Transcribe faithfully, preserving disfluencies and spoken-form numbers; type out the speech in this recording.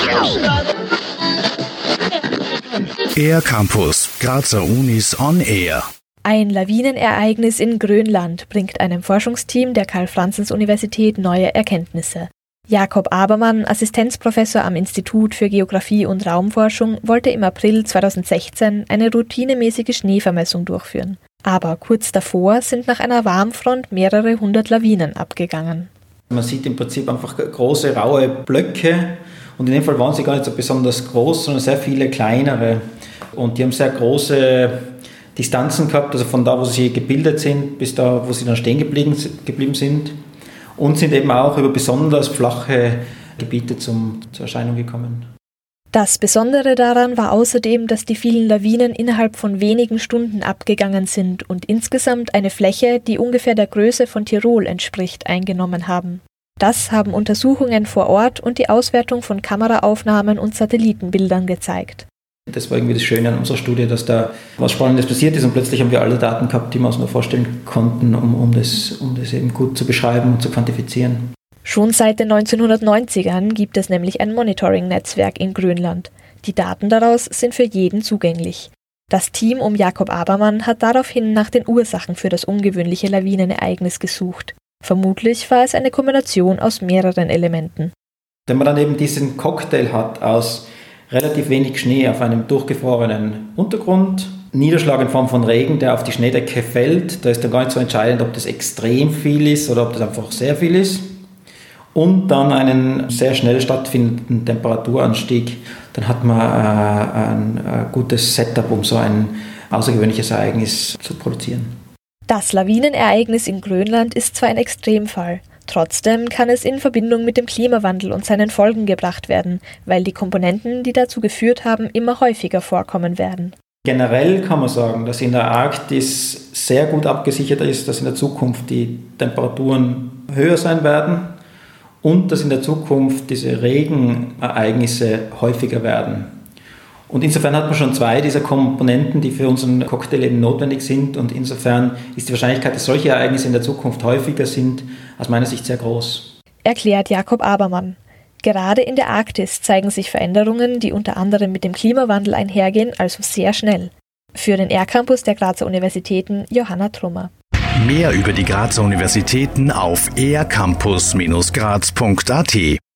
Air Campus, Grazer Unis on Air. Ein Lawinenereignis in Grönland bringt einem Forschungsteam der Karl-Franzens-Universität neue Erkenntnisse. Jakob Abermann, Assistenzprofessor am Institut für Geographie und Raumforschung, wollte im April zweitausendsechzehn eine routinemäßige Schneevermessung durchführen. Aber kurz davor sind nach einer Warmfront mehrere hundert Lawinen abgegangen. Man sieht im Prinzip einfach große, raue Blöcke. Und in dem Fall waren sie gar nicht so besonders groß, sondern sehr viele kleinere. Und die haben sehr große Distanzen gehabt, also von da, wo sie gebildet sind, bis da, wo sie dann stehen geblieben, geblieben sind. Und sind eben auch über besonders flache Gebiete zum, zur Erscheinung gekommen. Das Besondere daran war außerdem, dass die vielen Lawinen innerhalb von wenigen Stunden abgegangen sind und insgesamt eine Fläche, die ungefähr der Größe von Tirol entspricht, eingenommen haben. Das haben Untersuchungen vor Ort und die Auswertung von Kameraaufnahmen und Satellitenbildern gezeigt. Das war irgendwie das Schöne an unserer Studie, dass da was Spannendes passiert ist und plötzlich haben wir alle Daten gehabt, die wir uns nur vorstellen konnten, um, um, das, um das eben gut zu beschreiben und zu quantifizieren. Schon seit den neunzehnhundertneunzigern gibt es nämlich ein Monitoring-Netzwerk in Grönland. Die Daten daraus sind für jeden zugänglich. Das Team um Jakob Abermann hat daraufhin nach den Ursachen für das ungewöhnliche Lawinenereignis gesucht. Vermutlich war es eine Kombination aus mehreren Elementen. Wenn man dann eben diesen Cocktail hat aus relativ wenig Schnee auf einem durchgefrorenen Untergrund, Niederschlag in Form von Regen, der auf die Schneedecke fällt, da ist dann gar nicht so entscheidend, ob das extrem viel ist oder ob das einfach sehr viel ist, und dann einen sehr schnell stattfindenden Temperaturanstieg, dann hat man äh, ein, ein gutes Setup, um so ein außergewöhnliches Ereignis zu produzieren. Das Lawinenereignis in Grönland ist zwar ein Extremfall, trotzdem kann es in Verbindung mit dem Klimawandel und seinen Folgen gebracht werden, weil die Komponenten, die dazu geführt haben, immer häufiger vorkommen werden. Generell kann man sagen, dass in der Arktis sehr gut abgesichert ist, dass in der Zukunft die Temperaturen höher sein werden und dass in der Zukunft diese Regenereignisse häufiger werden. Und insofern hat man schon zwei dieser Komponenten, die für unseren Cocktail eben notwendig sind. Und insofern ist die Wahrscheinlichkeit, dass solche Ereignisse in der Zukunft häufiger sind, aus meiner Sicht sehr groß. Erklärt Jakob Abermann. Gerade in der Arktis zeigen sich Veränderungen, die unter anderem mit dem Klimawandel einhergehen, also sehr schnell. Für den Air Campus der Grazer Universitäten Johanna Trummer. Mehr über die Grazer Universitäten auf air campus Bindestrich graz punkt a t.